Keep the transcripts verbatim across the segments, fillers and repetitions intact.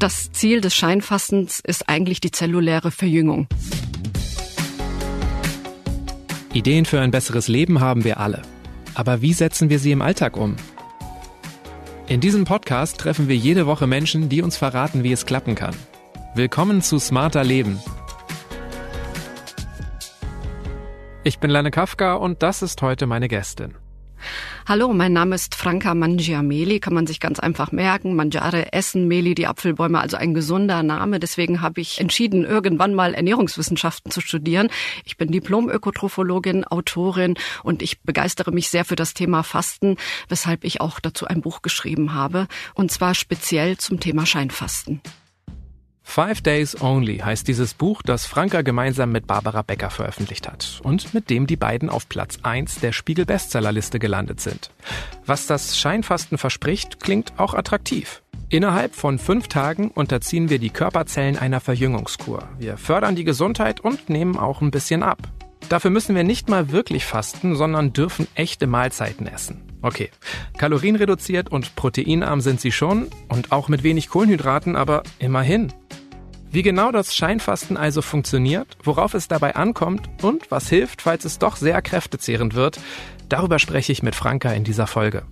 Das Ziel des Scheinfastens ist eigentlich die zelluläre Verjüngung. Ideen für ein besseres Leben haben wir alle. Aber wie setzen wir sie im Alltag um? In diesem Podcast treffen wir jede Woche Menschen, die uns verraten, wie es klappen kann. Willkommen zu Smarter Leben. Ich bin Lenne Kafka und das ist heute meine Gästin. Hallo, mein Name ist Franca Mangiameli, kann man sich ganz einfach merken. Mangiare, Essen, Meli, die Apfelbäume, also ein gesunder Name. Deswegen habe ich entschieden, irgendwann mal Ernährungswissenschaften zu studieren. Ich bin Diplom-Ökotrophologin, Autorin und ich begeistere mich sehr für das Thema Fasten, weshalb ich auch dazu ein Buch geschrieben habe, und zwar speziell zum Thema Scheinfasten. Five Days Only heißt dieses Buch, das Franca gemeinsam mit Barbara Becker veröffentlicht hat und mit dem die beiden auf Platz eins der Spiegel-Bestsellerliste gelandet sind. Was das Scheinfasten verspricht, klingt auch attraktiv. Innerhalb von fünf Tagen unterziehen wir die Körperzellen einer Verjüngungskur. Wir fördern die Gesundheit und nehmen auch ein bisschen ab. Dafür müssen wir nicht mal wirklich fasten, sondern dürfen echte Mahlzeiten essen. Okay, kalorienreduziert und proteinarm sind sie schon und auch mit wenig Kohlenhydraten, aber immerhin. Wie genau das Scheinfasten also funktioniert, worauf es dabei ankommt und was hilft, falls es doch sehr kräftezehrend wird, darüber spreche ich mit Franca in dieser Folge.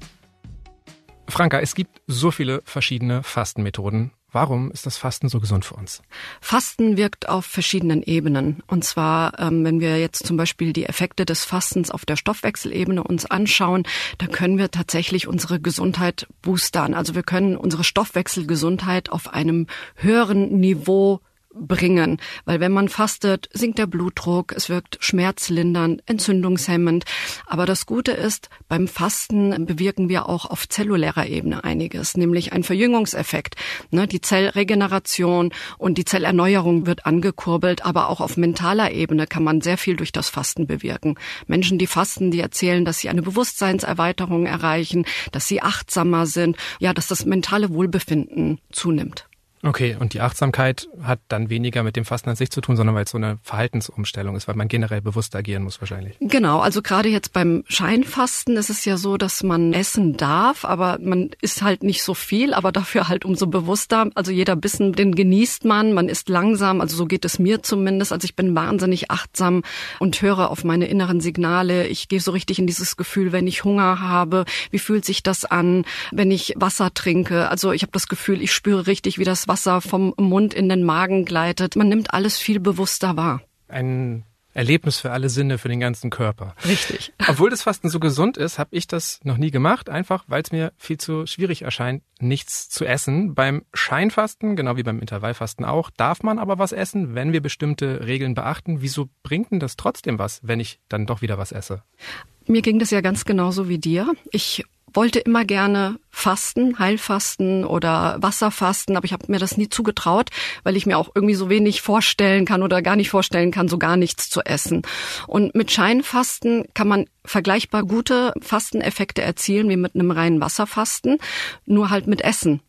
Franca, es gibt so viele verschiedene Fastenmethoden. Warum ist das Fasten so gesund für uns? Fasten wirkt auf verschiedenen Ebenen. Und zwar, ähm, wenn wir jetzt zum Beispiel die Effekte des Fastens auf der Stoffwechselebene uns anschauen, da können wir tatsächlich unsere Gesundheit boostern. Also wir können unsere Stoffwechselgesundheit auf einem höheren Niveau bringen, weil wenn man fastet, sinkt der Blutdruck, es wirkt schmerzlindernd, entzündungshemmend. Aber das Gute ist, beim Fasten bewirken wir auch auf zellulärer Ebene einiges, nämlich ein Verjüngungseffekt. Ne, die Zellregeneration und die Zellerneuerung wird angekurbelt, aber auch auf mentaler Ebene kann man sehr viel durch das Fasten bewirken. Menschen, die fasten, die erzählen, dass sie eine Bewusstseinserweiterung erreichen, dass sie achtsamer sind, ja, dass das mentale Wohlbefinden zunimmt. Okay, und die Achtsamkeit hat dann weniger mit dem Fasten an sich zu tun, sondern weil es so eine Verhaltensumstellung ist, weil man generell bewusst agieren muss wahrscheinlich. Genau, also gerade jetzt beim Scheinfasten ist es ja so, dass man essen darf, aber man isst halt nicht so viel, aber dafür halt umso bewusster. Also jeder Bissen, den genießt man, man isst langsam, also so geht es mir zumindest. Also ich bin wahnsinnig achtsam und höre auf meine inneren Signale. Ich gehe so richtig in dieses Gefühl, wenn ich Hunger habe, wie fühlt sich das an, wenn ich Wasser trinke. Also ich habe das Gefühl, ich spüre richtig, wie das Wasser vom Mund in den Magen gleitet. Man nimmt alles viel bewusster wahr. Ein Erlebnis für alle Sinne, für den ganzen Körper. Richtig. Obwohl das Fasten so gesund ist, habe ich das noch nie gemacht, einfach weil es mir viel zu schwierig erscheint, nichts zu essen. Beim Scheinfasten, genau wie beim Intervallfasten auch, darf man aber was essen, wenn wir bestimmte Regeln beachten. Wieso bringt denn das trotzdem was, wenn ich dann doch wieder was esse? Mir ging das ja ganz genauso wie dir. Ich wollte immer gerne fasten, Heilfasten oder Wasserfasten, aber ich habe mir das nie zugetraut, weil ich mir auch irgendwie so wenig vorstellen kann oder gar nicht vorstellen kann, so gar nichts zu essen. Und mit Scheinfasten kann man vergleichbar gute Fasteneffekte erzielen wie mit einem reinen Wasserfasten, nur halt mit Essen.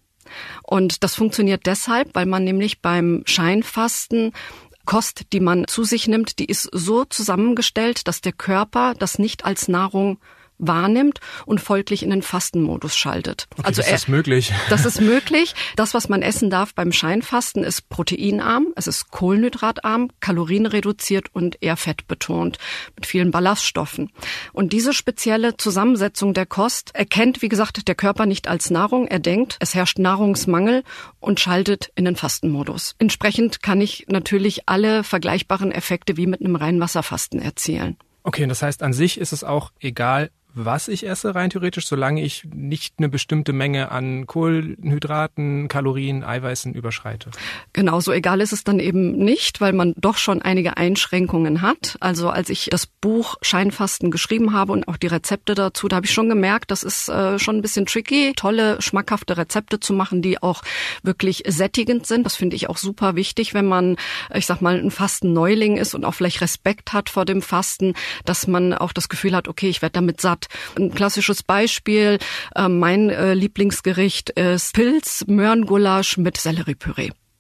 Und das funktioniert deshalb, weil man nämlich beim Scheinfasten Kost, die man zu sich nimmt, die ist so zusammengestellt, dass der Körper das nicht als Nahrung wahrnimmt und folglich in den Fastenmodus schaltet. Okay, also ist das er, möglich? Das ist möglich. Das, was man essen darf beim Scheinfasten, ist proteinarm, es ist kohlenhydratarm, kalorienreduziert und eher fettbetont mit vielen Ballaststoffen. Und diese spezielle Zusammensetzung der Kost erkennt, wie gesagt, der Körper nicht als Nahrung. Er denkt, es herrscht Nahrungsmangel und schaltet in den Fastenmodus. Entsprechend kann ich natürlich alle vergleichbaren Effekte wie mit einem reinen Wasserfasten erzielen. Okay, und das heißt, an sich ist es auch egal, was ich esse, rein theoretisch, solange ich nicht eine bestimmte Menge an Kohlenhydraten, Kalorien, Eiweißen überschreite. Genau, so egal ist es dann eben nicht, weil man doch schon einige Einschränkungen hat. Also als ich das Buch Scheinfasten geschrieben habe und auch die Rezepte dazu, da habe ich schon gemerkt, das ist äh, schon ein bisschen tricky, tolle, schmackhafte Rezepte zu machen, die auch wirklich sättigend sind. Das finde ich auch super wichtig, wenn man, ich sag mal, ein Fastenneuling ist und auch vielleicht Respekt hat vor dem Fasten, dass man auch das Gefühl hat, okay, ich werde damit satt. Ein klassisches Beispiel, äh, mein äh, Lieblingsgericht ist Pilz-Möhrengulasch mit Selleriepüree.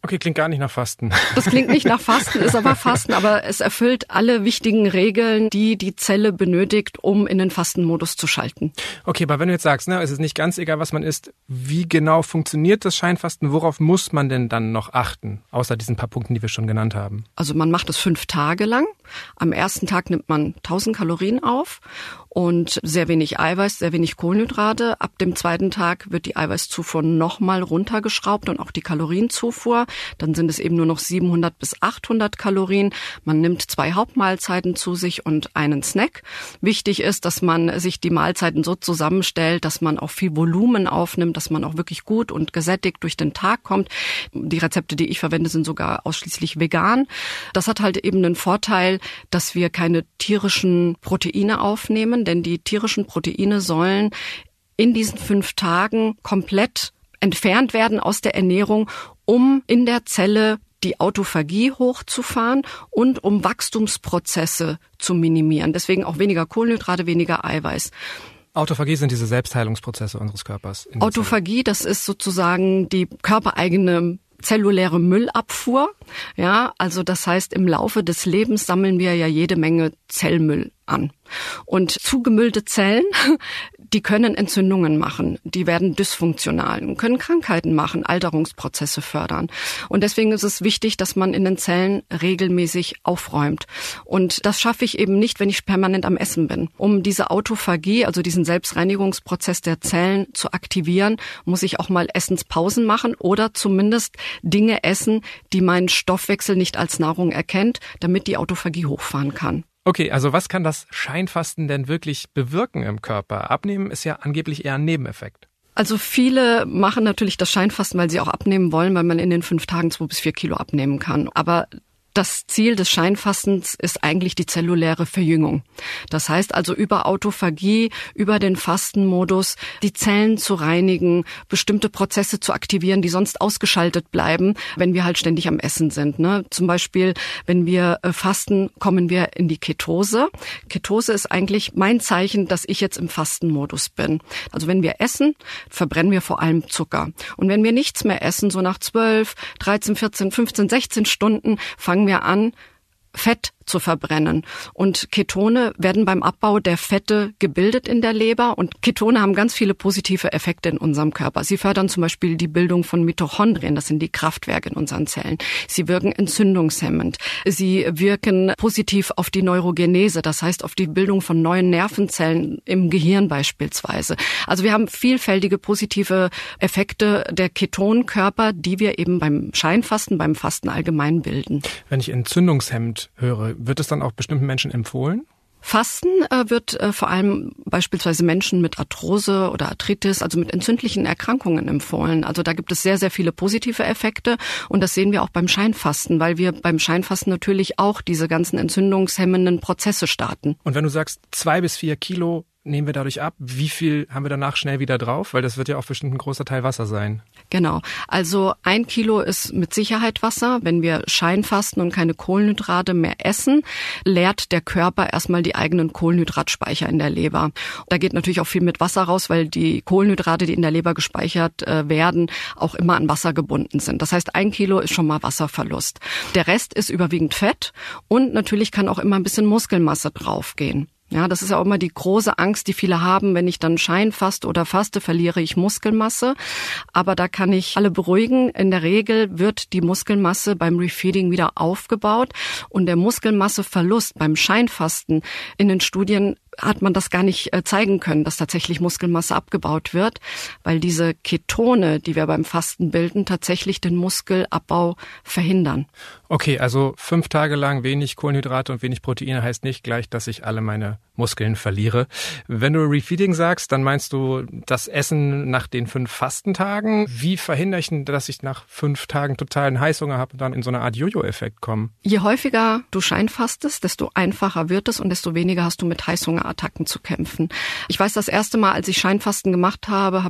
Okay, klingt gar nicht nach Fasten. Das klingt nicht nach Fasten, ist aber Fasten, aber es erfüllt alle wichtigen Regeln, die die Zelle benötigt, um in den Fastenmodus zu schalten. Okay, aber wenn du jetzt sagst, ne, es ist nicht ganz egal, was man isst, wie genau funktioniert das Scheinfasten? Worauf muss man denn dann noch achten, außer diesen paar Punkten, die wir schon genannt haben? Also man macht es fünf Tage lang. Am ersten Tag nimmt man tausend Kalorien auf und sehr wenig Eiweiß, sehr wenig Kohlenhydrate. Ab dem zweiten Tag wird die Eiweißzufuhr nochmal runtergeschraubt und auch die Kalorienzufuhr. Dann sind es eben nur noch siebenhundert bis achthundert Kalorien. Man nimmt zwei Hauptmahlzeiten zu sich und einen Snack. Wichtig ist, dass man sich die Mahlzeiten so zusammenstellt, dass man auch viel Volumen aufnimmt, dass man auch wirklich gut und gesättigt durch den Tag kommt. Die Rezepte, die ich verwende, sind sogar ausschließlich vegan. Das hat halt eben den Vorteil, dass wir keine tierischen Proteine aufnehmen, denn die tierischen Proteine sollen in diesen fünf Tagen komplett entfernt werden aus der Ernährung, um in der Zelle die Autophagie hochzufahren und um Wachstumsprozesse zu minimieren. Deswegen auch weniger Kohlenhydrate, weniger Eiweiß. Autophagie sind diese Selbstheilungsprozesse unseres Körpers. Autophagie, das ist sozusagen die körpereigene zelluläre Müllabfuhr. Ja, also das heißt, im Laufe des Lebens sammeln wir ja jede Menge Zellmüll an. Und zugemüllte Zellen, die können Entzündungen machen, die werden dysfunktional und können Krankheiten machen, Alterungsprozesse fördern. Und deswegen ist es wichtig, dass man in den Zellen regelmäßig aufräumt. Und das schaffe ich eben nicht, wenn ich permanent am Essen bin. Um diese Autophagie, also diesen Selbstreinigungsprozess der Zellen zu aktivieren, muss ich auch mal Essenspausen machen oder zumindest Dinge essen, die mein Stoffwechsel nicht als Nahrung erkennt, damit die Autophagie hochfahren kann. Okay, also was kann das Scheinfasten denn wirklich bewirken im Körper? Abnehmen ist ja angeblich eher ein Nebeneffekt. Also viele machen natürlich das Scheinfasten, weil sie auch abnehmen wollen, weil man in den fünf Tagen zwei bis vier Kilo abnehmen kann. Aber das Ziel des Scheinfastens ist eigentlich die zelluläre Verjüngung. Das heißt also über Autophagie, über den Fastenmodus, die Zellen zu reinigen, bestimmte Prozesse zu aktivieren, die sonst ausgeschaltet bleiben, wenn wir halt ständig am Essen sind. Ne? Zum Beispiel, wenn wir fasten, kommen wir in die Ketose. Ketose ist eigentlich mein Zeichen, dass ich jetzt im Fastenmodus bin. Also wenn wir essen, verbrennen wir vor allem Zucker. Und wenn wir nichts mehr essen, so nach zwölf, dreizehn, vierzehn, fünfzehn, sechzehn Stunden, fangen wir an, Fett zu verbrennen. Und Ketone werden beim Abbau der Fette gebildet in der Leber. Und Ketone haben ganz viele positive Effekte in unserem Körper. Sie fördern zum Beispiel die Bildung von Mitochondrien. Das sind die Kraftwerke in unseren Zellen. Sie wirken entzündungshemmend. Sie wirken positiv auf die Neurogenese. Das heißt, auf die Bildung von neuen Nervenzellen im Gehirn beispielsweise. Also wir haben vielfältige positive Effekte der Ketonkörper, die wir eben beim Scheinfasten, beim Fasten allgemein bilden. Wenn ich entzündungshemmend höre, wird es dann auch bestimmten Menschen empfohlen? Fasten äh, wird äh, vor allem beispielsweise Menschen mit Arthrose oder Arthritis, also mit entzündlichen Erkrankungen empfohlen. Also da gibt es sehr, sehr viele positive Effekte und das sehen wir auch beim Scheinfasten, weil wir beim Scheinfasten natürlich auch diese ganzen entzündungshemmenden Prozesse starten. Und wenn du sagst, zwei bis vier Kilo nehmen wir dadurch ab, wie viel haben wir danach schnell wieder drauf? Weil das wird ja auch bestimmt ein großer Teil Wasser sein. Genau. Also ein Kilo ist mit Sicherheit Wasser. Wenn wir Scheinfasten und keine Kohlenhydrate mehr essen, leert der Körper erstmal die eigenen Kohlenhydratspeicher in der Leber. Da geht natürlich auch viel mit Wasser raus, weil die Kohlenhydrate, die in der Leber gespeichert äh, werden, auch immer an Wasser gebunden sind. Das heißt, ein Kilo ist schon mal Wasserverlust. Der Rest ist überwiegend Fett und natürlich kann auch immer ein bisschen Muskelmasse draufgehen. Ja, das ist ja auch immer die große Angst, die viele haben, wenn ich dann scheinfaste oder faste, verliere ich Muskelmasse. Aber da kann ich alle beruhigen. In der Regel wird die Muskelmasse beim Refeeding wieder aufgebaut und der Muskelmasseverlust beim Scheinfasten in den Studien hat man das gar nicht zeigen können, dass tatsächlich Muskelmasse abgebaut wird, weil diese Ketone, die wir beim Fasten bilden, tatsächlich den Muskelabbau verhindern. Okay, also fünf Tage lang wenig Kohlenhydrate und wenig Proteine heißt nicht gleich, dass ich alle meine Muskeln verliere. Wenn du Refeeding sagst, dann meinst du das Essen nach den fünf Fastentagen. Wie verhindere ich denn, dass ich nach fünf Tagen totalen Heißhunger habe und dann in so eine Art Jojo-Effekt komme? Je häufiger du scheinfastest, desto einfacher wird es und desto weniger hast du mit Heißhungerattacken zu kämpfen. Ich weiß, das erste Mal, als ich Scheinfasten gemacht habe, habe ich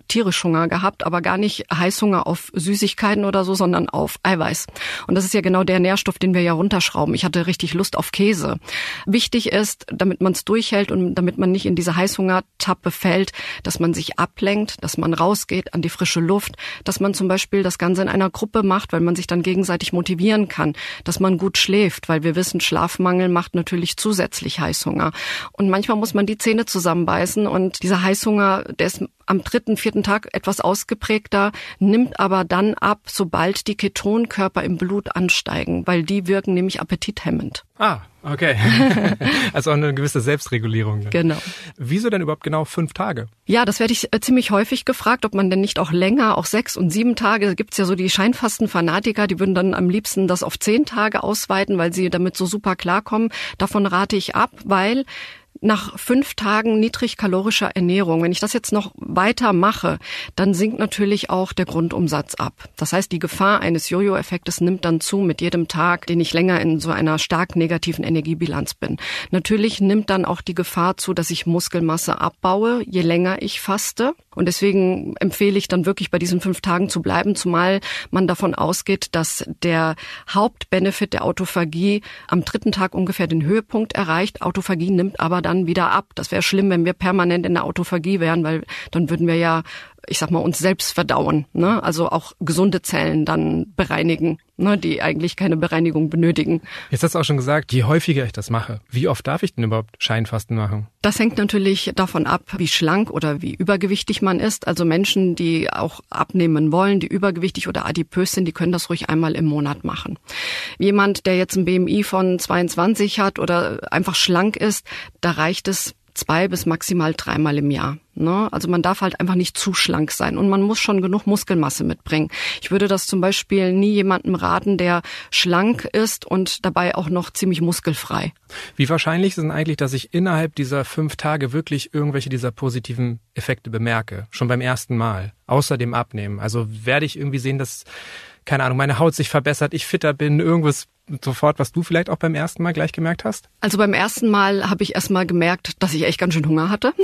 tierisch Hunger gehabt, aber gar nicht Heißhunger auf Süßigkeiten oder so, sondern auf Eiweiß. Und das ist ja genau der Nährstoff, den wir ja runterschrauben. Ich hatte richtig Lust auf Käse. Wichtig ist, damit man es durchhält und damit man nicht in diese Heißhungertappe fällt, dass man sich ablenkt, dass man rausgeht an die frische Luft, dass man zum Beispiel das Ganze in einer Gruppe macht, weil man sich dann gegenseitig motivieren kann, dass man gut schläft, weil wir wissen, Schlafmangel macht natürlich zusätzlich Heißhunger. Und manchmal muss man die Zähne zusammenbeißen und dieser Heißhunger, der ist am dritten, vierten Tag etwas ausgeprägter, nimmt aber dann ab, sobald die Ketonkörper im Blut ansteigen, weil die wirken nämlich appetithemmend. Ah, okay. Also auch eine gewisse Selbstregulierung. Dann. Genau. Wieso denn überhaupt genau fünf Tage? Ja, das werde ich ziemlich häufig gefragt, ob man denn nicht auch länger, auch sechs und sieben Tage, da gibt's ja so die Scheinfasten-Fanatiker, die würden dann am liebsten das auf zehn Tage ausweiten, weil sie damit so super klarkommen. Davon rate ich ab, weil nach fünf Tagen niedrigkalorischer Ernährung, wenn ich das jetzt noch weiter mache, dann sinkt natürlich auch der Grundumsatz ab. Das heißt, die Gefahr eines Jojo-Effektes nimmt dann zu mit jedem Tag, den ich länger in so einer stark negativen Energiebilanz bin. Natürlich nimmt dann auch die Gefahr zu, dass ich Muskelmasse abbaue, je länger ich faste. Und deswegen empfehle ich dann wirklich bei diesen fünf Tagen zu bleiben, zumal man davon ausgeht, dass der Hauptbenefit der Autophagie am dritten Tag ungefähr den Höhepunkt erreicht. Autophagie nimmt aber dann wieder ab. Das wäre schlimm, wenn wir permanent in der Autophagie wären, weil dann würden wir ja, ich sag mal, uns selbst verdauen, ne? Also auch gesunde Zellen dann bereinigen, ne? Die eigentlich keine Bereinigung benötigen. Jetzt hast du auch schon gesagt, je häufiger ich das mache, wie oft darf ich denn überhaupt Scheinfasten machen? Das hängt natürlich davon ab, wie schlank oder wie übergewichtig man ist. Also Menschen, die auch abnehmen wollen, die übergewichtig oder adipös sind, die können das ruhig einmal im Monat machen. Jemand, der jetzt ein B M I von zweiundzwanzig hat oder einfach schlank ist, da reicht es zwei bis maximal dreimal im Jahr. Ne? Also man darf halt einfach nicht zu schlank sein und man muss schon genug Muskelmasse mitbringen. Ich würde das zum Beispiel nie jemandem raten, der schlank ist und dabei auch noch ziemlich muskelfrei. Wie wahrscheinlich ist es denn eigentlich, dass ich innerhalb dieser fünf Tage wirklich irgendwelche dieser positiven Effekte bemerke? Schon beim ersten Mal, außer dem Abnehmen. Also werde ich irgendwie sehen, dass, keine Ahnung, meine Haut sich verbessert, ich fitter bin, irgendwas sofort, was du vielleicht auch beim ersten Mal gleich gemerkt hast? Also beim ersten Mal habe ich erst mal gemerkt, dass ich echt ganz schön Hunger hatte.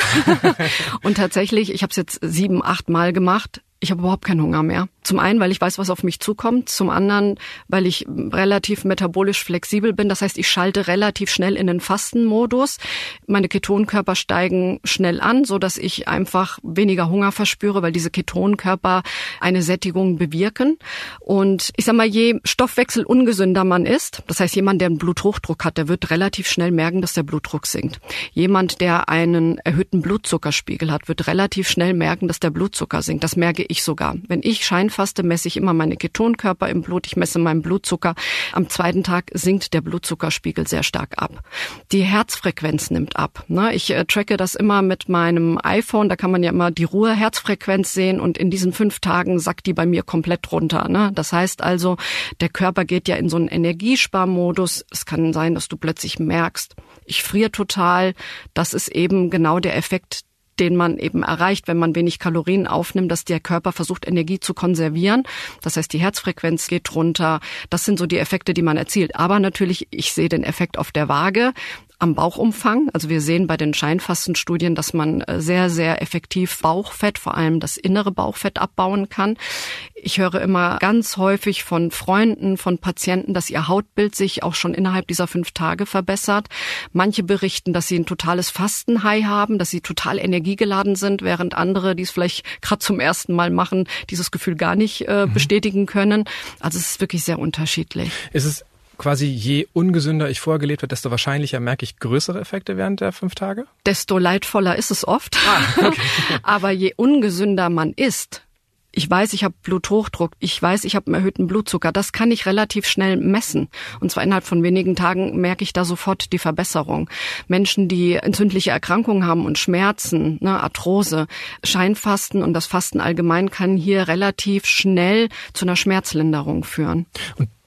Und tatsächlich, ich habe es jetzt sieben, acht Mal gemacht. Ich habe überhaupt keinen Hunger mehr. Zum einen, weil ich weiß, was auf mich zukommt. Zum anderen, weil ich relativ metabolisch flexibel bin. Das heißt, ich schalte relativ schnell in den Fastenmodus. Meine Ketonkörper steigen schnell an, so dass ich einfach weniger Hunger verspüre, weil diese Ketonkörper eine Sättigung bewirken. Und ich sag mal, je stoffwechselungesünder man ist, das heißt, jemand, der einen Bluthochdruck hat, der wird relativ schnell merken, dass der Blutdruck sinkt. Jemand, der einen erhöhten Blutzuckerspiegel hat, wird relativ schnell merken, dass der Blutzucker sinkt. Das merke ich sogar. Wenn ich scheinfaste, messe ich immer meine Ketonkörper im Blut, ich messe meinen Blutzucker. Am zweiten Tag sinkt der Blutzuckerspiegel sehr stark ab. Die Herzfrequenz nimmt ab. Ich tracke das immer mit meinem iPhone, da kann man ja immer die Ruheherzfrequenz sehen und in diesen fünf Tagen sackt die bei mir komplett runter. Das heißt also, der Körper geht ja in so einen Energiesparmodus. Es kann sein, dass du plötzlich merkst, ich friere total. Das ist eben genau der Effekt, den man eben erreicht, wenn man wenig Kalorien aufnimmt, dass der Körper versucht, Energie zu konservieren. Das heißt, die Herzfrequenz geht runter. Das sind so die Effekte, die man erzielt. Aber natürlich, ich sehe den Effekt auf der Waage, am Bauchumfang. Also wir sehen bei den Scheinfastenstudien, dass man sehr, sehr effektiv Bauchfett, vor allem das innere Bauchfett, abbauen kann. Ich höre immer ganz häufig von Freunden, von Patienten, dass ihr Hautbild sich auch schon innerhalb dieser fünf Tage verbessert. Manche berichten, dass sie ein totales Fastenhigh haben, dass sie total energiegeladen sind, während andere, die es vielleicht gerade zum ersten Mal machen, dieses Gefühl gar nicht äh, mhm. bestätigen können. Also es ist wirklich sehr unterschiedlich. Ist es quasi, je ungesünder ich vorher gelebt habe, desto wahrscheinlicher merke ich größere Effekte während der fünf Tage? Desto leidvoller ist es oft. Ah, okay. Aber je ungesünder man ist, ich weiß, ich habe Bluthochdruck, ich weiß, ich habe einen erhöhten Blutzucker, das kann ich relativ schnell messen. Und zwar innerhalb von wenigen Tagen merke ich da sofort die Verbesserung. Menschen, die entzündliche Erkrankungen haben und Schmerzen, ne, Arthrose, Scheinfasten und das Fasten allgemein kann hier relativ schnell zu einer Schmerzlinderung führen. Und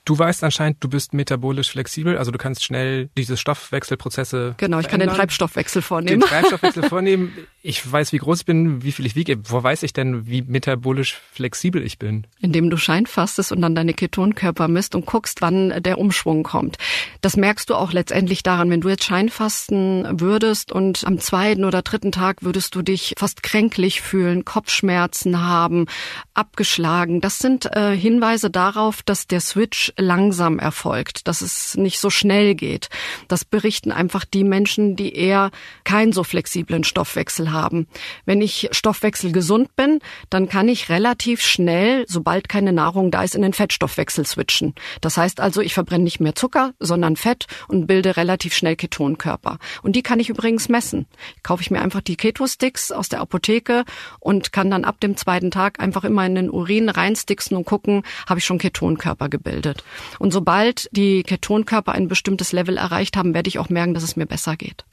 Du weißt anscheinend, du bist metabolisch flexibel, also du kannst schnell diese Stoffwechselprozesse Genau, ich verändern. kann den Treibstoffwechsel vornehmen. Den Treibstoffwechsel vornehmen. Ich weiß, wie groß ich bin, wie viel ich wiege. Wo weiß ich denn, wie metabolisch flexibel ich bin? Indem du scheinfastest und dann deine Ketonkörper misst und guckst, wann der Umschwung kommt. Das merkst du auch letztendlich daran, wenn du jetzt scheinfasten würdest und am zweiten oder dritten Tag würdest du dich fast kränklich fühlen, Kopfschmerzen haben, abgeschlagen. Das sind äh, Hinweise darauf, dass der Switch langsam erfolgt, dass es nicht so schnell geht. Das berichten einfach die Menschen, die eher keinen so flexiblen Stoffwechsel haben. Wenn ich stoffwechselgesund bin, dann kann ich relativ schnell, sobald keine Nahrung da ist, in den Fettstoffwechsel switchen. Das heißt also, ich verbrenne nicht mehr Zucker, sondern Fett und bilde relativ schnell Ketonkörper. Und die kann ich übrigens messen. Kaufe ich mir einfach die Keto-Sticks aus der Apotheke und kann dann ab dem zweiten Tag einfach immer in den Urin reinsticksen und gucken, habe ich schon Ketonkörper gebildet. Und sobald die Ketonkörper ein bestimmtes Level erreicht haben, werde ich auch merken, dass es mir besser geht.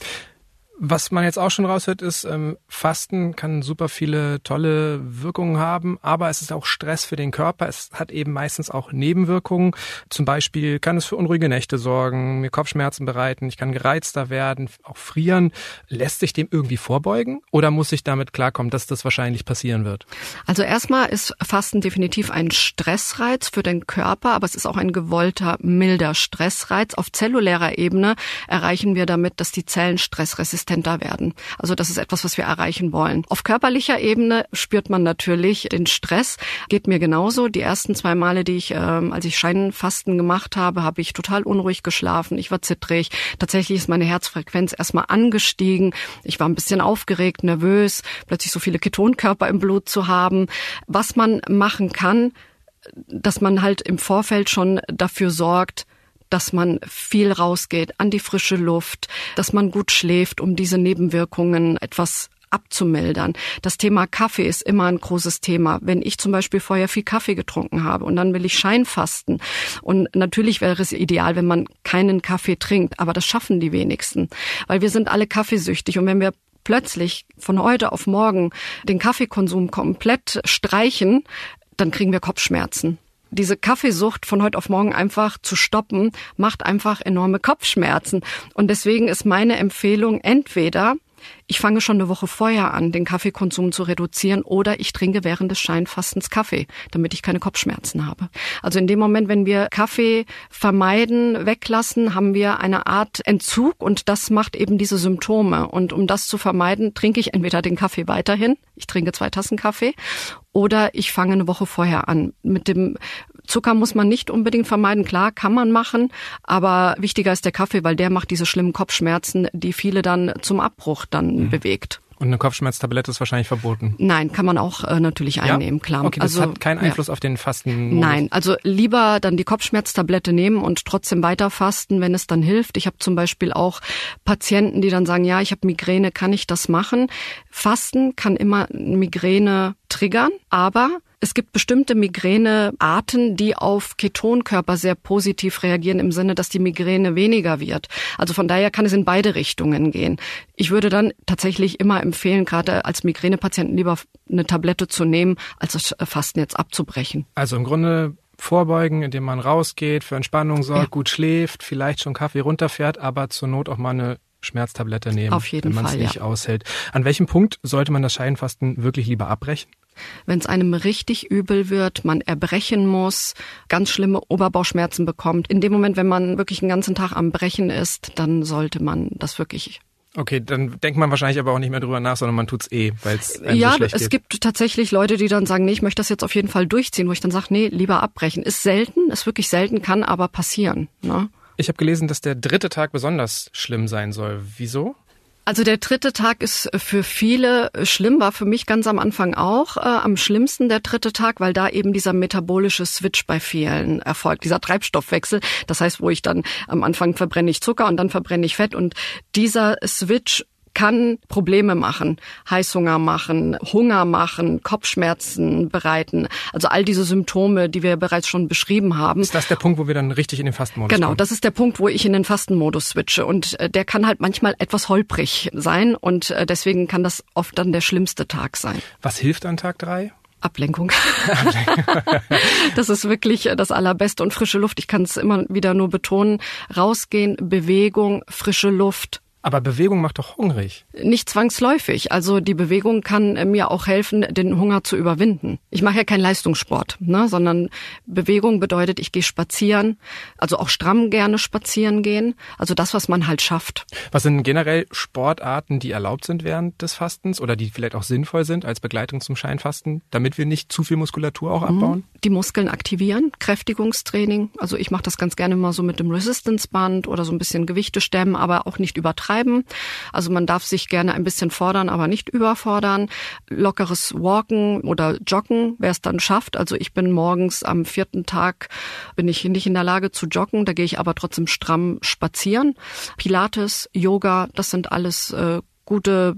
Was man jetzt auch schon raushört, ist, ähm, Fasten kann super viele tolle Wirkungen haben, aber es ist auch Stress für den Körper. Es hat eben meistens auch Nebenwirkungen. Zum Beispiel kann es für unruhige Nächte sorgen, mir Kopfschmerzen bereiten, ich kann gereizter werden, auch frieren. Lässt sich dem irgendwie vorbeugen oder muss ich damit klarkommen, dass das wahrscheinlich passieren wird? Also erstmal ist Fasten definitiv ein Stressreiz für den Körper, aber es ist auch ein gewollter, milder Stressreiz. Auf zellulärer Ebene erreichen wir damit, dass die Zellen stressresistent werden. Also das ist etwas, was wir erreichen wollen. Auf körperlicher Ebene spürt man natürlich den Stress. Geht mir genauso. Die ersten zwei Male, die ich, ähm, als ich Scheinfasten gemacht habe, habe ich total unruhig geschlafen. Ich war zittrig. Tatsächlich ist meine Herzfrequenz erstmal angestiegen. Ich war ein bisschen aufgeregt, nervös, plötzlich so viele Ketonkörper im Blut zu haben. Was man machen kann, dass man halt im Vorfeld schon dafür sorgt, dass man viel rausgeht an die frische Luft, dass man gut schläft, um diese Nebenwirkungen etwas abzumildern. Das Thema Kaffee ist immer ein großes Thema. Wenn ich zum Beispiel vorher viel Kaffee getrunken habe und dann will ich Scheinfasten und natürlich wäre es ideal, wenn man keinen Kaffee trinkt, aber das schaffen die wenigsten, weil wir sind alle kaffeesüchtig und wenn wir plötzlich von heute auf morgen den Kaffeekonsum komplett streichen, dann kriegen wir Kopfschmerzen. Diese Kaffeesucht von heute auf morgen einfach zu stoppen, macht einfach enorme Kopfschmerzen. Und deswegen ist meine Empfehlung entweder, ich fange schon eine Woche vorher an, den Kaffeekonsum zu reduzieren oder ich trinke während des Scheinfastens Kaffee, damit ich keine Kopfschmerzen habe. Also in dem Moment, wenn wir Kaffee vermeiden, weglassen, haben wir eine Art Entzug und das macht eben diese Symptome. Und um das zu vermeiden, trinke ich entweder den Kaffee weiterhin, ich trinke zwei Tassen Kaffee, oder ich fange eine Woche vorher an. Mit dem Zucker muss man nicht unbedingt vermeiden. Klar, kann man machen, aber wichtiger ist der Kaffee, weil der macht diese schlimmen Kopfschmerzen, die viele dann zum Abbruch dann mhm. bewegt. Und eine Kopfschmerztablette ist wahrscheinlich verboten? Nein, kann man auch äh, natürlich einnehmen, ja? klar. Okay, das also, hat keinen Einfluss ja. auf den Fasten. Nein, also lieber dann die Kopfschmerztablette nehmen und trotzdem weiter fasten, wenn es dann hilft. Ich habe zum Beispiel auch Patienten, die dann sagen, ja, ich habe Migräne, kann ich das machen? Fasten kann immer Migräne triggern, aber es gibt bestimmte Migränearten, die auf Ketonkörper sehr positiv reagieren, im Sinne, dass die Migräne weniger wird. Also von daher kann es in beide Richtungen gehen. Ich würde dann tatsächlich immer empfehlen, gerade als Migränepatienten lieber eine Tablette zu nehmen, als das Fasten jetzt abzubrechen. Also im Grunde vorbeugen, indem man rausgeht, für Entspannung sorgt, ja. gut schläft, vielleicht schon Kaffee runterfährt, aber zur Not auch mal eine Schmerztablette nehmen, auf jeden wenn man es nicht ja. aushält. An welchem Punkt sollte man das Scheinfasten wirklich lieber abbrechen? Wenn es einem richtig übel wird, man erbrechen muss, ganz schlimme Oberbauchschmerzen bekommt. In dem Moment, wenn man wirklich den ganzen Tag am Brechen ist, dann sollte man das wirklich. Okay, dann denkt man wahrscheinlich aber auch nicht mehr drüber nach, sondern man tut's eh, weil es einem ja, so schlecht geht. Ja, es gibt tatsächlich Leute, die dann sagen, nee, ich möchte das jetzt auf jeden Fall durchziehen, wo ich dann sage, nee, lieber abbrechen. Ist selten, ist wirklich selten, kann aber passieren. Ne? Ich habe gelesen, dass der dritte Tag besonders schlimm sein soll. Wieso? Also der dritte Tag ist für viele schlimm, war für mich ganz am Anfang auch äh, am schlimmsten der dritte Tag, weil da eben dieser metabolische Switch bei vielen erfolgt, dieser Treibstoffwechsel. Das heißt, wo ich dann am Anfang verbrenne ich Zucker und dann verbrenne ich Fett und dieser Switch kann Probleme machen, Heißhunger machen, Hunger machen, Kopfschmerzen bereiten. Also all diese Symptome, die wir bereits schon beschrieben haben. Ist das der Punkt, wo wir dann richtig in den Fastenmodus Genau, kommen? das ist der Punkt, wo ich in den Fastenmodus switche. Und der kann halt manchmal etwas holprig sein und deswegen kann das oft dann der schlimmste Tag sein. Was hilft an Tag drei? Ablenkung. Das ist wirklich das Allerbeste und frische Luft. Ich kann es immer wieder nur betonen. Rausgehen, Bewegung, frische Luft. Aber Bewegung macht doch hungrig. Nicht zwangsläufig. Also die Bewegung kann mir auch helfen, den Hunger zu überwinden. Ich mache ja keinen Leistungssport, ne, sondern Bewegung bedeutet, ich gehe spazieren, also auch stramm gerne spazieren gehen. Also das, was man halt schafft. Was sind generell Sportarten, die erlaubt sind während des Fastens oder die vielleicht auch sinnvoll sind als Begleitung zum Scheinfasten, damit wir nicht zu viel Muskulatur auch abbauen? Die Muskeln aktivieren, Kräftigungstraining. Also ich mache das ganz gerne mal so mit dem Resistance-Band oder so ein bisschen Gewichte stemmen, aber auch nicht übertreiben. Also man darf sich gerne ein bisschen fordern, aber nicht überfordern. Lockeres Walken oder Joggen, wer es dann schafft. Also ich bin morgens am vierten Tag, bin ich nicht in der Lage zu joggen, da gehe ich aber trotzdem stramm spazieren. Pilates, Yoga, das sind alles äh, gute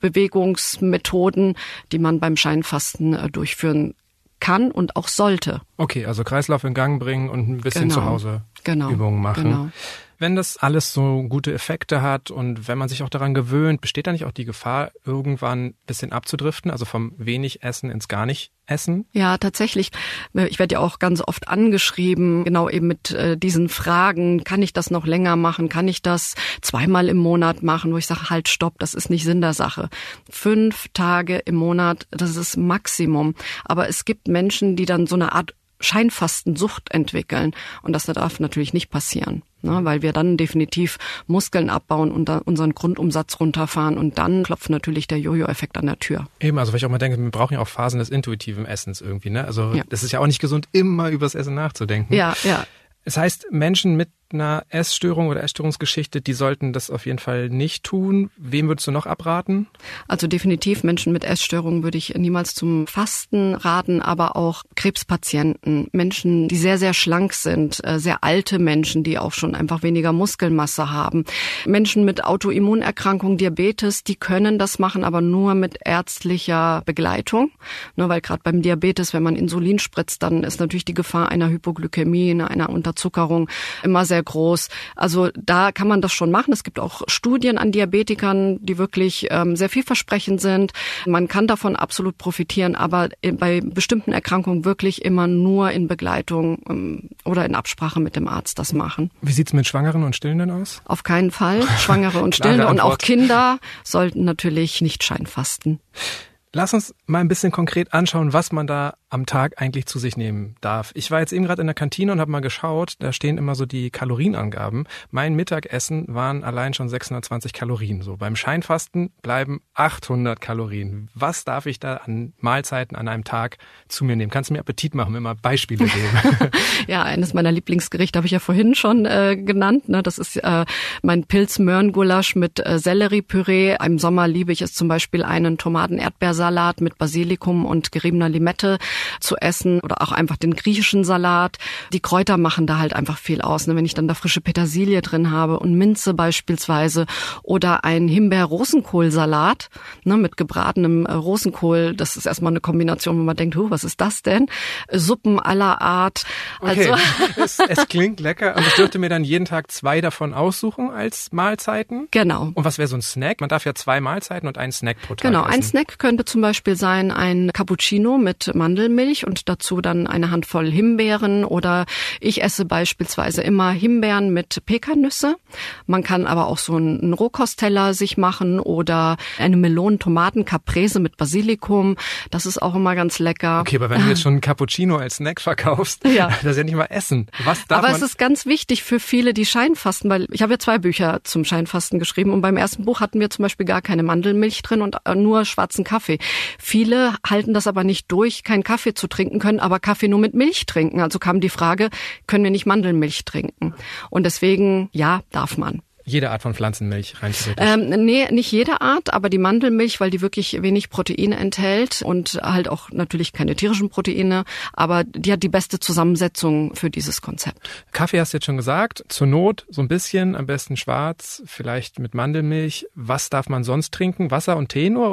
Bewegungsmethoden, die man beim Scheinfasten äh, durchführen kann und auch sollte. Okay, also Kreislauf in Gang bringen und ein bisschen genau. zu Hause genau. Übungen machen. Genau. Wenn das alles so gute Effekte hat und wenn man sich auch daran gewöhnt, besteht da nicht auch die Gefahr, irgendwann ein bisschen abzudriften, also vom wenig Essen ins gar nicht Essen? Ja, tatsächlich. Ich werde ja auch ganz oft angeschrieben, genau eben mit äh, diesen Fragen, kann ich das noch länger machen, kann ich das zweimal im Monat machen, wo ich sage, halt, stopp, das ist nicht Sinn der Sache. Fünf Tage im Monat, das ist Maximum. Aber es gibt Menschen, die dann so eine Art Scheinfastensucht entwickeln. Und das darf natürlich nicht passieren, ne? Weil wir dann definitiv Muskeln abbauen und unseren Grundumsatz runterfahren. Und dann klopft natürlich der Jojo-Effekt an der Tür. Eben, also weil ich auch mal denke, wir brauchen ja auch Phasen des intuitiven Essens irgendwie, ne? Also ja. Das ist ja auch nicht gesund, immer übers Essen nachzudenken. Ja, ja. Es heißt, Menschen mit einer Essstörung oder Essstörungsgeschichte, die sollten das auf jeden Fall nicht tun. Wem würdest du noch abraten? Also definitiv Menschen mit Essstörungen würde ich niemals zum Fasten raten, aber auch Krebspatienten, Menschen, die sehr, sehr schlank sind, sehr alte Menschen, die auch schon einfach weniger Muskelmasse haben. Menschen mit Autoimmunerkrankung, Diabetes, die können das machen, aber nur mit ärztlicher Begleitung. Nur weil gerade beim Diabetes, wenn man Insulin spritzt, dann ist natürlich die Gefahr einer Hypoglykämie, einer Unterzuckerung immer sehr groß. Also da kann man das schon machen. Es gibt auch Studien an Diabetikern, die wirklich ähm, sehr vielversprechend sind. Man kann davon absolut profitieren, aber bei bestimmten Erkrankungen wirklich immer nur in Begleitung ähm, oder in Absprache mit dem Arzt das machen. Wie sieht's mit Schwangeren und Stillenden aus? Auf keinen Fall. Schwangere und Stillende und auch Kinder sollten natürlich nicht scheinfasten. Lass uns mal ein bisschen konkret anschauen, was man da am Tag eigentlich zu sich nehmen darf. Ich war jetzt eben gerade in der Kantine und habe mal geschaut, da stehen immer so die Kalorienangaben. Mein Mittagessen waren allein schon sechshundertzwanzig Kalorien. So beim Scheinfasten bleiben achthundert Kalorien. Was darf ich da an Mahlzeiten an einem Tag zu mir nehmen? Kannst du mir Appetit machen, mir mal Beispiele geben? Ja, eines meiner Lieblingsgerichte habe ich ja vorhin schon äh, genannt. Ne? Das ist äh, mein Pilz-Möhrengulasch mit äh, Selleriepüree. Im Sommer liebe ich es zum Beispiel, einen Tomaten-Erdbeersalat mit Basilikum und geriebener Limette zu essen oder auch einfach den griechischen Salat. Die Kräuter machen da halt einfach viel aus. Ne? Wenn ich dann da frische Petersilie drin habe und Minze beispielsweise oder ein Himbeer-Rosenkohl-Salat, ne, mit gebratenem äh, Rosenkohl, das ist erstmal eine Kombination, wo man denkt, huh, was ist das denn? Suppen aller Art. Okay, also es, es klingt lecker und ich dürfte mir dann jeden Tag zwei davon aussuchen als Mahlzeiten. Genau. Und was wäre so ein Snack? Man darf ja zwei Mahlzeiten und einen Snack pro Tag Genau, essen. Ein Snack könnte zum Beispiel sein ein Cappuccino mit Mandelmilch und dazu dann eine Handvoll Himbeeren oder ich esse beispielsweise immer Himbeeren mit Pekannüsse. Man kann aber auch so einen Rohkostteller sich machen oder eine Melonen-Tomaten-Caprese mit Basilikum. Das ist auch immer ganz lecker. Okay, aber wenn du jetzt schon ein Cappuccino als Snack verkaufst, ja. das ist ja nicht mal Essen. Was darf aber man? Es ist ganz wichtig für viele, die Scheinfasten, weil ich habe ja zwei Bücher zum Scheinfasten geschrieben und beim ersten Buch hatten wir zum Beispiel gar keine Mandelmilch drin und nur schwarzen Kaffee. Viele halten das aber nicht durch, keinen Kaffee zu trinken können, aber Kaffee nur mit Milch trinken. Also kam die Frage, können wir nicht Mandelmilch trinken? Und deswegen, ja, darf man. Jede Art von Pflanzenmilch rein theoretisch? Ähm, nee, nicht jede Art, aber die Mandelmilch, weil die wirklich wenig Proteine enthält und halt auch natürlich keine tierischen Proteine, aber die hat die beste Zusammensetzung für dieses Konzept. Kaffee hast du jetzt schon gesagt, zur Not so ein bisschen, am besten schwarz, vielleicht mit Mandelmilch. Was darf man sonst trinken? Wasser und Tee nur oder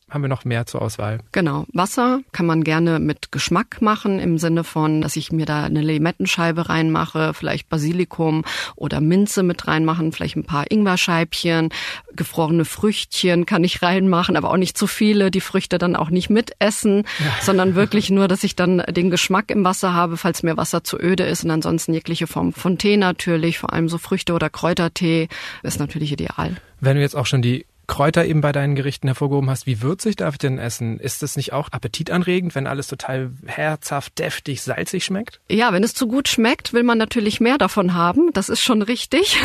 haben wir noch mehr zur Auswahl? Genau. Wasser kann man gerne mit Geschmack machen, im Sinne von, dass ich mir da eine Limettenscheibe reinmache, vielleicht Basilikum oder Minze mit reinmachen, vielleicht ein paar Ingwerscheibchen, gefrorene Früchtchen kann ich reinmachen, aber auch nicht zu viele, die Früchte dann auch nicht mitessen, ja. sondern wirklich nur, dass ich dann den Geschmack im Wasser habe, falls mir Wasser zu öde ist, und ansonsten jegliche Form von Tee natürlich, vor allem so Früchte- oder Kräutertee ist natürlich ideal. Wenn du jetzt auch schon die Kräuter eben bei deinen Gerichten hervorgehoben hast, wie würzig darf ich denn essen? Ist das nicht auch appetitanregend, wenn alles total herzhaft, deftig, salzig schmeckt? Ja, wenn es zu gut schmeckt, will man natürlich mehr davon haben. Das ist schon richtig.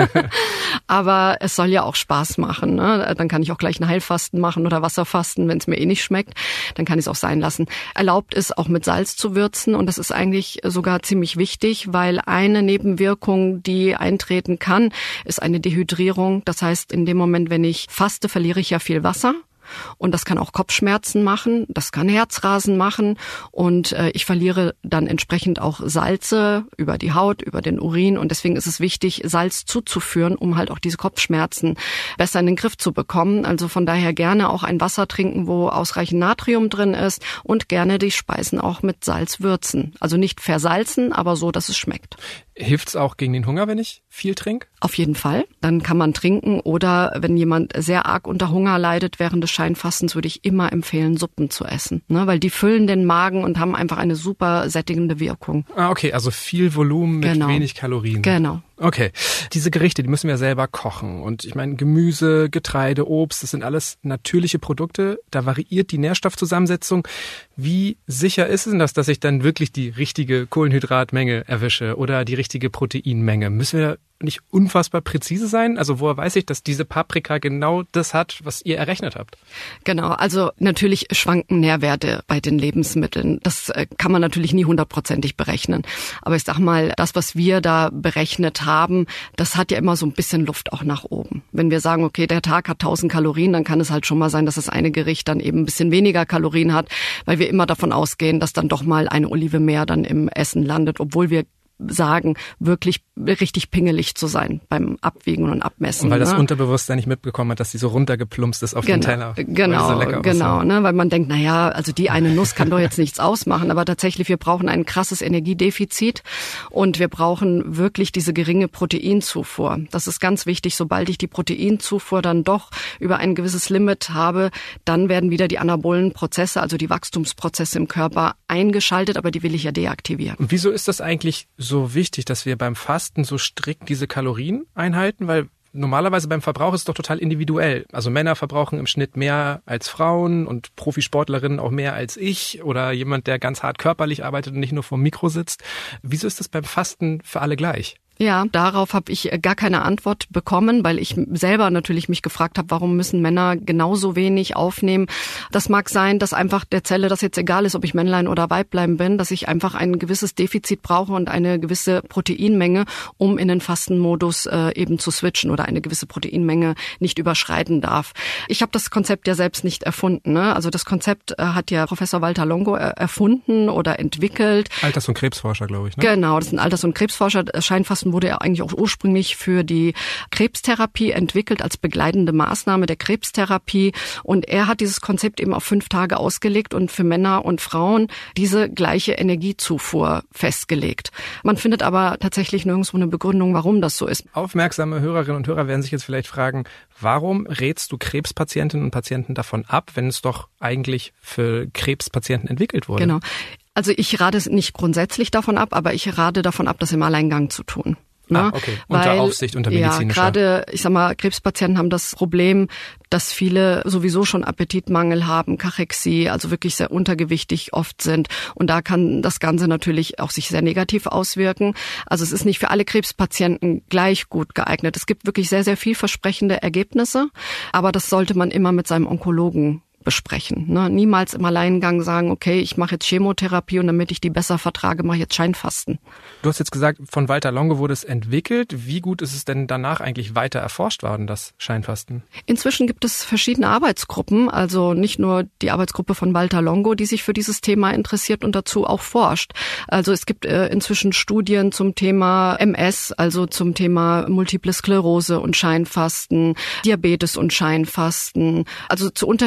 Aber es soll ja auch Spaß machen, ne? Dann kann ich auch gleich ein Heilfasten machen oder Wasserfasten, wenn es mir eh nicht schmeckt. Dann kann ich es auch sein lassen. Erlaubt ist, auch mit Salz zu würzen. Und das ist eigentlich sogar ziemlich wichtig, weil eine Nebenwirkung, die eintreten kann, ist eine Dehydrierung. Das heißt, in dem Moment, wenn ich faste, verliere ich ja viel Wasser. Und das kann auch Kopfschmerzen machen, das kann Herzrasen machen und äh, ich verliere dann entsprechend auch Salze über die Haut, über den Urin, und deswegen ist es wichtig, Salz zuzuführen, um halt auch diese Kopfschmerzen besser in den Griff zu bekommen. Also von daher gerne auch ein Wasser trinken, wo ausreichend Natrium drin ist, und gerne die Speisen auch mit Salz würzen. Also nicht versalzen, aber so, dass es schmeckt. Hilft's auch gegen den Hunger, wenn ich viel trinke? Auf jeden Fall. Dann kann man trinken, oder wenn jemand sehr arg unter Hunger leidet während des Scheinfastens, würde ich immer empfehlen, Suppen zu essen, ne? Weil die füllen den Magen und haben einfach eine super sättigende Wirkung. Ah, okay, also viel Volumen mit genau. wenig Kalorien. Genau. Okay, diese Gerichte, die müssen wir selber kochen. Und ich meine, Gemüse, Getreide, Obst, das sind alles natürliche Produkte. Da variiert die Nährstoffzusammensetzung. Wie sicher ist es denn das, dass ich dann wirklich die richtige Kohlenhydratmenge erwische oder die richtige Proteinmenge? Müssen wir nicht unfassbar präzise sein? Also woher weiß ich, dass diese Paprika genau das hat, was ihr errechnet habt? Genau, also natürlich schwanken Nährwerte bei den Lebensmitteln. Das kann man natürlich nie hundertprozentig berechnen. Aber ich sag mal, das, was wir da berechnet haben, das hat ja immer so ein bisschen Luft auch nach oben. Wenn wir sagen, okay, der Tag hat tausend Kalorien, dann kann es halt schon mal sein, dass das eine Gericht dann eben ein bisschen weniger Kalorien hat, weil wir immer davon ausgehen, dass dann doch mal eine Olive mehr dann im Essen landet, obwohl wir sagen, wirklich richtig pingelig zu sein beim Abwiegen und Abmessen. Und weil ne? das Unterbewusstsein nicht mitbekommen hat, dass die so runtergeplumpst ist auf genau, den Teller. Genau, so lecker genau, ne? Weil man denkt, na ja, also die eine Nuss kann doch jetzt nichts ausmachen, aber tatsächlich, wir brauchen ein krasses Energiedefizit und wir brauchen wirklich diese geringe Proteinzufuhr. Das ist ganz wichtig. Sobald ich die Proteinzufuhr dann doch über ein gewisses Limit habe, dann werden wieder die anabolen Prozesse, also die Wachstumsprozesse im Körper eingeschaltet, aber die will ich ja deaktivieren. Und wieso ist das eigentlich so wichtig, dass wir beim Fasten so strikt diese Kalorien einhalten? Weil normalerweise beim Verbrauch ist es doch total individuell. Also Männer verbrauchen im Schnitt mehr als Frauen und Profisportlerinnen auch mehr als ich oder jemand, der ganz hart körperlich arbeitet und nicht nur vor dem Mikro sitzt. Wieso ist das beim Fasten für alle gleich? Ja, darauf habe ich gar keine Antwort bekommen, weil ich selber natürlich mich gefragt habe, warum müssen Männer genauso wenig aufnehmen. Das mag sein, dass einfach der Zelle das jetzt egal ist, ob ich Männlein oder Weiblein bin, dass ich einfach ein gewisses Defizit brauche und eine gewisse Proteinmenge, um in den Fastenmodus äh, eben zu switchen oder eine gewisse Proteinmenge nicht überschreiten darf. Ich habe das Konzept ja selbst nicht erfunden, ne? Also das Konzept äh, hat ja Professor Walter Longo äh, erfunden oder entwickelt. Alters- und Krebsforscher, glaube ich, ne? Genau, das ist ein Alters- und Krebsforscher. Scheinfasten wurde ja eigentlich auch ursprünglich für die Krebstherapie entwickelt, als begleitende Maßnahme der Krebstherapie. Und er hat dieses Konzept eben auf fünf Tage ausgelegt und für Männer und Frauen diese gleiche Energiezufuhr festgelegt. Man findet aber tatsächlich nirgendwo eine Begründung, warum das so ist. Aufmerksame Hörerinnen und Hörer werden sich jetzt vielleicht fragen, warum rätst du Krebspatientinnen und Patienten davon ab, wenn es doch eigentlich für Krebspatienten entwickelt wurde? Genau. Also ich rate nicht grundsätzlich davon ab, aber ich rate davon ab, das im Alleingang zu tun. Ne? Ah, okay. Unter Weil, Aufsicht, unter medizinischer. Ja, gerade, ich sag mal, Krebspatienten haben das Problem, dass viele sowieso schon Appetitmangel haben, Kachexie, also wirklich sehr untergewichtig oft sind. Und da kann das Ganze natürlich auch sich sehr negativ auswirken. Also es ist nicht für alle Krebspatienten gleich gut geeignet. Es gibt wirklich sehr, sehr vielversprechende Ergebnisse, aber das sollte man immer mit seinem Onkologen besprechen. Ne? Niemals im Alleingang sagen, okay, ich mache jetzt Chemotherapie und damit ich die besser vertrage, mache ich jetzt Scheinfasten. Du hast jetzt gesagt, von Walter Longo wurde es entwickelt. Wie gut ist es denn danach eigentlich weiter erforscht worden, das Scheinfasten? Inzwischen gibt es verschiedene Arbeitsgruppen, also nicht nur die Arbeitsgruppe von Walter Longo, die sich für dieses Thema interessiert und dazu auch forscht. Also es gibt äh, inzwischen Studien zum Thema M S, also zum Thema Multiple Sklerose und Scheinfasten, Diabetes und Scheinfasten, also zu unterschiedlichsten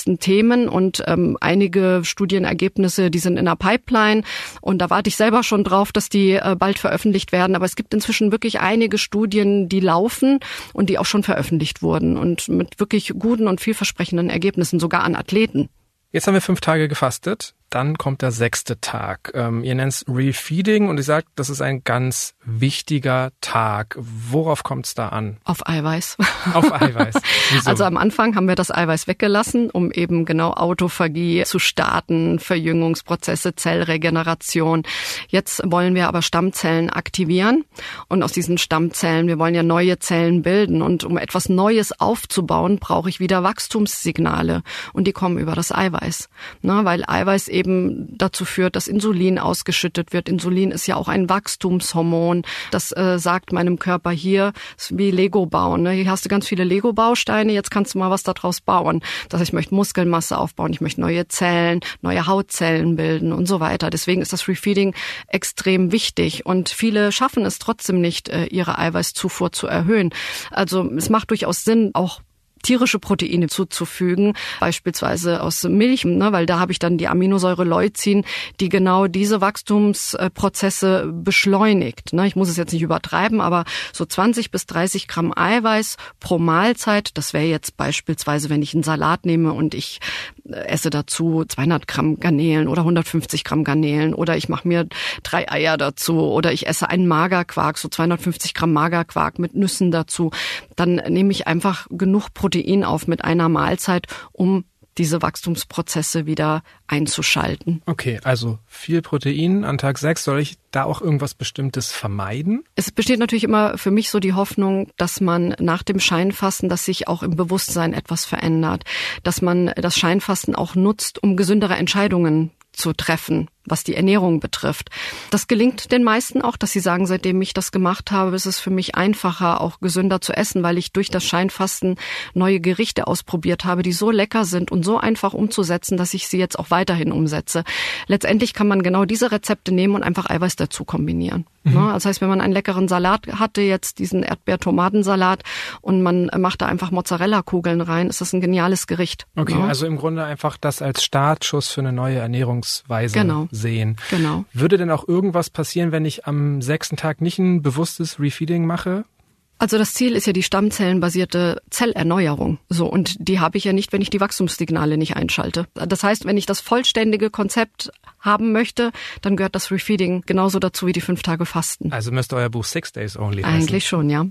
nächsten Themen und ähm, einige Studienergebnisse, die sind in der Pipeline und da warte ich selber schon drauf, dass die äh, bald veröffentlicht werden. Aber es gibt inzwischen wirklich einige Studien, die laufen und die auch schon veröffentlicht wurden und mit wirklich guten und vielversprechenden Ergebnissen, sogar an Athleten. Jetzt haben wir fünf Tage gefastet, dann kommt der sechste Tag. Ähm, ihr nennt es Refeeding und ihr sagt, das ist ein ganz wichtiger Tag. Worauf kommt es da an? Auf Eiweiß. Auf Eiweiß. Wieso? Also am Anfang haben wir das Eiweiß weggelassen, um eben genau Autophagie zu starten, Verjüngungsprozesse, Zellregeneration. Jetzt wollen wir aber Stammzellen aktivieren und aus diesen Stammzellen, wir wollen ja neue Zellen bilden und um etwas Neues aufzubauen, brauche ich wieder Wachstumssignale und die kommen über das Eiweiß. Na, weil Eiweiß eben dazu führt, dass Insulin ausgeschüttet wird. Insulin ist ja auch ein Wachstumshormon. Das äh, sagt meinem Körper hier, ist wie Lego bauen. Ne? Hier hast du ganz viele Lego-Bausteine, jetzt kannst du mal was daraus bauen. Das heißt, ich möchte Muskelmasse aufbauen, ich möchte neue Zellen, neue Hautzellen bilden und so weiter. Deswegen ist das Refeeding extrem wichtig und viele schaffen es trotzdem nicht, äh, ihre Eiweißzufuhr zu erhöhen. Also es macht durchaus Sinn, auch tierische Proteine zuzufügen, beispielsweise aus Milch, ne, weil da habe ich dann die Aminosäure Leucin, die genau diese Wachstumsprozesse beschleunigt. Ne. Ich muss es jetzt nicht übertreiben, aber so zwanzig bis dreißig Gramm Eiweiß pro Mahlzeit, das wäre jetzt beispielsweise, wenn ich einen Salat nehme und ich esse dazu zweihundert Gramm Garnelen oder hundertfünfzig Gramm Garnelen oder ich mache mir drei Eier dazu oder ich esse einen Magerquark, so zweihundertfünfzig Gramm Magerquark mit Nüssen dazu, dann nehme ich einfach genug Protein auf mit einer Mahlzeit, um diese Wachstumsprozesse wieder einzuschalten. Okay, also viel Protein an Tag sechs. Soll ich da auch irgendwas Bestimmtes vermeiden? Es besteht natürlich immer für mich so die Hoffnung, dass man nach dem Scheinfasten, dass sich auch im Bewusstsein etwas verändert, dass man das Scheinfasten auch nutzt, um gesündere Entscheidungen zu treffen, was die Ernährung betrifft. Das gelingt den meisten auch, dass sie sagen, seitdem ich das gemacht habe, ist es für mich einfacher, auch gesünder zu essen, weil ich durch das Scheinfasten neue Gerichte ausprobiert habe, die so lecker sind und so einfach umzusetzen, dass ich sie jetzt auch weiterhin umsetze. Letztendlich kann man genau diese Rezepte nehmen und einfach Eiweiß dazu kombinieren. Mhm. Das heißt, wenn man einen leckeren Salat hatte, jetzt diesen Erdbeer-Tomatensalat und man macht da einfach Mozzarella-Kugeln rein, ist das ein geniales Gericht. Okay, ja? Also im Grunde einfach das als Startschuss für eine neue Ernährungsweise genau. sehen. Genau. Würde denn auch irgendwas passieren, wenn ich am sechsten Tag nicht ein bewusstes Refeeding mache? Also das Ziel ist ja die stammzellenbasierte Zellerneuerung. So, und die habe ich ja nicht, wenn ich die Wachstumssignale nicht einschalte. Das heißt, wenn ich das vollständige Konzept haben möchte, dann gehört das Refeeding genauso dazu wie die fünf Tage Fasten. Also müsste euer Buch Six Days Only heißen. Eigentlich schon, ja.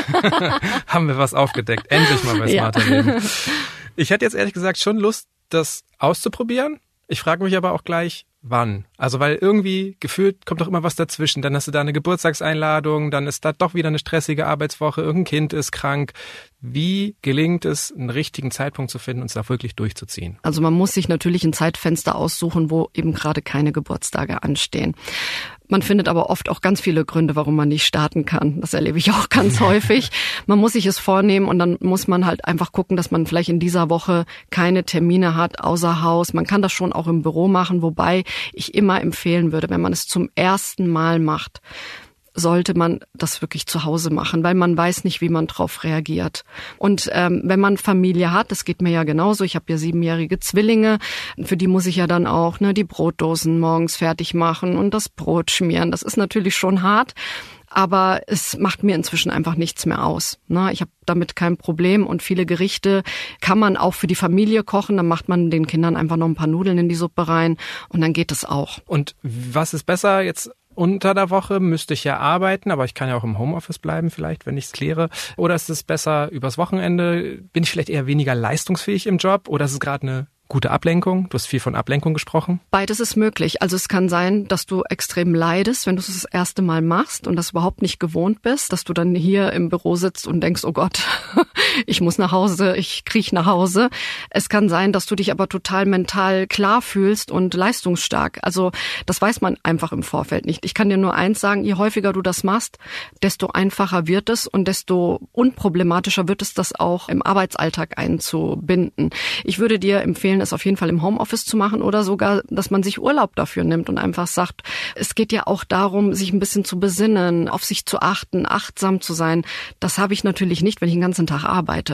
Haben wir was aufgedeckt. Endlich mal bei Smarter ja. Leben. Ich hätte jetzt ehrlich gesagt schon Lust, das auszuprobieren. Ich frage mich aber auch gleich, wann? Also weil irgendwie gefühlt kommt doch immer was dazwischen. Dann hast du da eine Geburtstagseinladung, dann ist da doch wieder eine stressige Arbeitswoche, irgendein Kind ist krank. Wie gelingt es, einen richtigen Zeitpunkt zu finden und es da wirklich durchzuziehen? Also man muss sich natürlich ein Zeitfenster aussuchen, wo eben gerade keine Geburtstage anstehen. Man findet aber oft auch ganz viele Gründe, warum man nicht starten kann. Das erlebe ich auch ganz häufig. Man muss sich es vornehmen und dann muss man halt einfach gucken, dass man vielleicht in dieser Woche keine Termine hat außer Haus. Man kann das schon auch im Büro machen, wobei ich immer empfehlen würde, wenn man es zum ersten Mal macht, sollte man das wirklich zu Hause machen, weil man weiß nicht, wie man drauf reagiert. Und ähm, wenn man Familie hat, das geht mir ja genauso, ich habe ja siebenjährige Zwillinge, für die muss ich ja dann auch ne, die Brotdosen morgens fertig machen und das Brot schmieren. Das ist natürlich schon hart, aber es macht mir inzwischen einfach nichts mehr aus. Ne? Ich habe damit kein Problem und viele Gerichte kann man auch für die Familie kochen. Dann macht man den Kindern einfach noch ein paar Nudeln in die Suppe rein und dann geht es auch. Und was ist besser jetzt? Unter der Woche müsste ich ja arbeiten, aber ich kann ja auch im Homeoffice bleiben vielleicht, wenn ich es kläre. Oder ist es besser übers Wochenende? Bin ich vielleicht eher weniger leistungsfähig im Job? Oder ist es gerade eine gute Ablenkung? Du hast viel von Ablenkung gesprochen. Beides ist möglich. Also es kann sein, dass du extrem leidest, wenn du es das erste Mal machst und das überhaupt nicht gewohnt bist, dass du dann hier im Büro sitzt und denkst, oh Gott, ich muss nach Hause, ich kriech nach Hause. Es kann sein, dass du dich aber total mental klar fühlst und leistungsstark. Also das weiß man einfach im Vorfeld nicht. Ich kann dir nur eins sagen, je häufiger du das machst, desto einfacher wird es und desto unproblematischer wird es, das auch im Arbeitsalltag einzubinden. Ich würde dir empfehlen, es auf jeden Fall im Homeoffice zu machen oder sogar, dass man sich Urlaub dafür nimmt und einfach sagt, es geht ja auch darum, sich ein bisschen zu besinnen, auf sich zu achten, achtsam zu sein. Das habe ich natürlich nicht, wenn ich den ganzen Tag arbeite.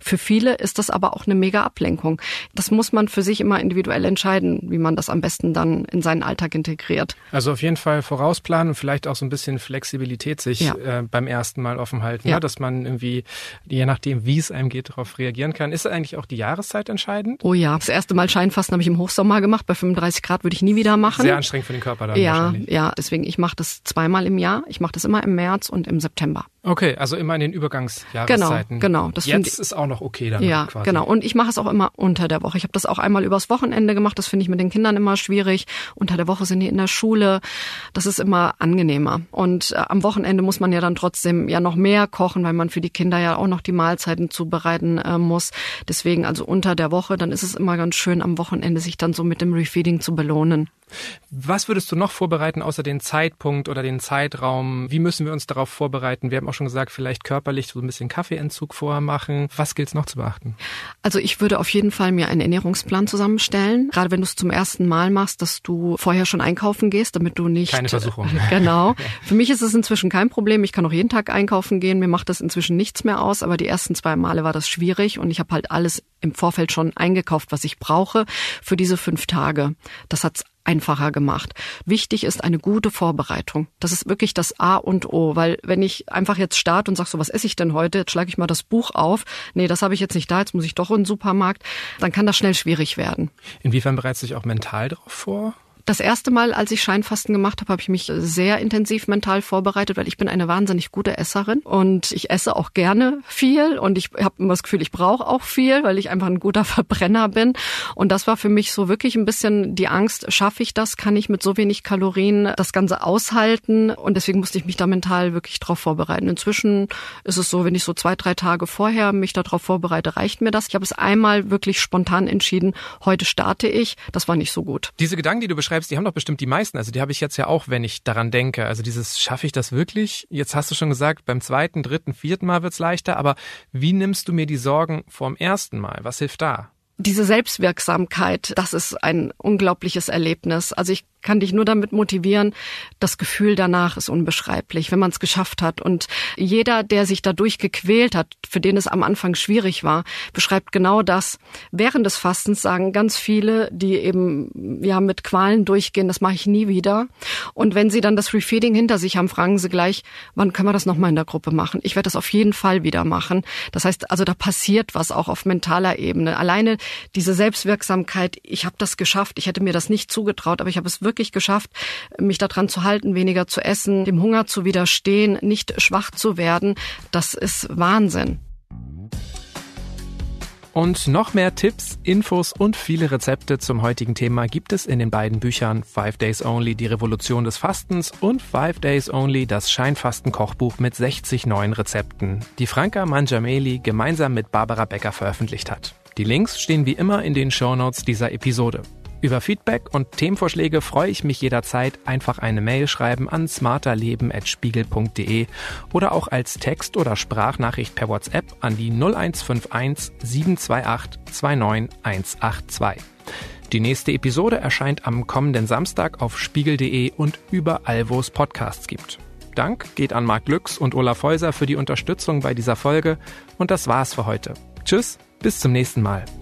Für viele ist das aber auch eine mega Ablenkung. Das muss man für sich immer individuell entscheiden, wie man das am besten dann in seinen Alltag integriert. Also auf jeden Fall vorausplanen und vielleicht auch so ein bisschen Flexibilität sich ja. äh, beim ersten Mal offen halten, ja. ne? Dass man irgendwie, je nachdem wie es einem geht, darauf reagieren kann. Ist eigentlich auch die Jahreszeit entscheidend? Oh ja, das erste Mal Scheinfasten habe ich im Hochsommer gemacht, bei fünfunddreißig Grad würde ich nie wieder machen. Sehr anstrengend für den Körper dann ja, wahrscheinlich. Ja, deswegen ich mache das zweimal im Jahr. Ich mache das immer im März und im September. Okay, also immer in den Übergangsjahreszeiten. Genau, genau. Das Jetzt ist auch noch okay dann ja, quasi. Genau. Und ich mache es auch immer unter der Woche. Ich habe das auch einmal übers Wochenende gemacht. Das finde ich mit den Kindern immer schwierig. Unter der Woche sind die in der Schule. Das ist immer angenehmer. Und äh, am Wochenende muss man ja dann trotzdem ja noch mehr kochen, weil man für die Kinder ja auch noch die Mahlzeiten zubereiten äh, muss. Deswegen also unter der Woche, dann ist es immer ganz schön, am Wochenende sich dann so mit dem Refeeding zu belohnen. Was würdest du noch vorbereiten, außer den Zeitpunkt oder den Zeitraum? Wie müssen wir uns darauf vorbereiten? Wir haben auch schon gesagt, vielleicht körperlich so ein bisschen Kaffeeentzug vorher machen. Was gilt es noch zu beachten? Also ich würde auf jeden Fall mir einen Ernährungsplan zusammenstellen. Gerade wenn du es zum ersten Mal machst, dass du vorher schon einkaufen gehst, damit du nicht... Keine Versuchung. Genau. Für mich ist es inzwischen kein Problem. Ich kann auch jeden Tag einkaufen gehen. Mir macht das inzwischen nichts mehr aus. Aber die ersten zwei Male war das schwierig und ich habe halt alles im Vorfeld schon eingekauft, was ich brauche für diese fünf Tage. Das hat's einfacher gemacht. Wichtig ist eine gute Vorbereitung. Das ist wirklich das A und O, weil wenn ich einfach jetzt starte und sage, so was esse ich denn heute, jetzt schlage ich mal das Buch auf, nee, das habe ich jetzt nicht da, jetzt muss ich doch in den Supermarkt, dann kann das schnell schwierig werden. Inwiefern bereitest du dich auch mental darauf vor? Das erste Mal, als ich Scheinfasten gemacht habe, habe ich mich sehr intensiv mental vorbereitet, weil ich bin eine wahnsinnig gute Esserin und ich esse auch gerne viel und ich habe immer das Gefühl, ich brauche auch viel, weil ich einfach ein guter Verbrenner bin. Und das war für mich so wirklich ein bisschen die Angst, schaffe ich das, kann ich mit so wenig Kalorien das Ganze aushalten? Und deswegen musste ich mich da mental wirklich drauf vorbereiten. Inzwischen ist es so, wenn ich so zwei, drei Tage vorher mich darauf vorbereite, reicht mir das. Ich habe es einmal wirklich spontan entschieden, heute starte ich. Das war nicht so gut. Diese Gedanken, die du beschreibst, die haben doch bestimmt die meisten. Also die habe ich jetzt ja auch, wenn ich daran denke. Also dieses, schaffe ich das wirklich? Jetzt hast du schon gesagt, beim zweiten, dritten, vierten Mal wird's leichter. Aber wie nimmst du mir die Sorgen vorm ersten Mal? Was hilft da? Diese Selbstwirksamkeit, das ist ein unglaubliches Erlebnis. Also ich kann dich nur damit motivieren, das Gefühl danach ist unbeschreiblich, wenn man es geschafft hat. Und jeder, der sich dadurch gequält hat, für den es am Anfang schwierig war, beschreibt genau das. Während des Fastens sagen ganz viele, die eben ja mit Qualen durchgehen, das mache ich nie wieder. Und wenn sie dann das Refeeding hinter sich haben, fragen sie gleich, wann können wir das nochmal in der Gruppe machen? Ich werde das auf jeden Fall wieder machen. Das heißt, also da passiert was auch auf mentaler Ebene. Alleine diese Selbstwirksamkeit, ich habe das geschafft, ich hätte mir das nicht zugetraut, aber ich habe es wirklich geschafft, mich daran zu halten, weniger zu essen, dem Hunger zu widerstehen, nicht schwach zu werden. Das ist Wahnsinn. Und noch mehr Tipps, Infos und viele Rezepte zum heutigen Thema gibt es in den beiden Büchern Five Days Only, die Revolution des Fastens und Five Days Only, das Scheinfasten-Kochbuch mit sechzig neuen Rezepten, die Franca Mangiameli gemeinsam mit Barbara Becker veröffentlicht hat. Die Links stehen wie immer in den Shownotes dieser Episode. Über Feedback und Themenvorschläge freue ich mich jederzeit. Einfach eine Mail schreiben an smarterleben at spiegel punkt de oder auch als Text- oder Sprachnachricht per WhatsApp an die null eins fünf eins sieben zwei acht zwei neun eins acht zwei. Die nächste Episode erscheint am kommenden Samstag auf spiegel punkt de und überall, wo es Podcasts gibt. Dank geht an Marc Glücks und Olaf Häuser für die Unterstützung bei dieser Folge und das war's für heute. Tschüss, bis zum nächsten Mal.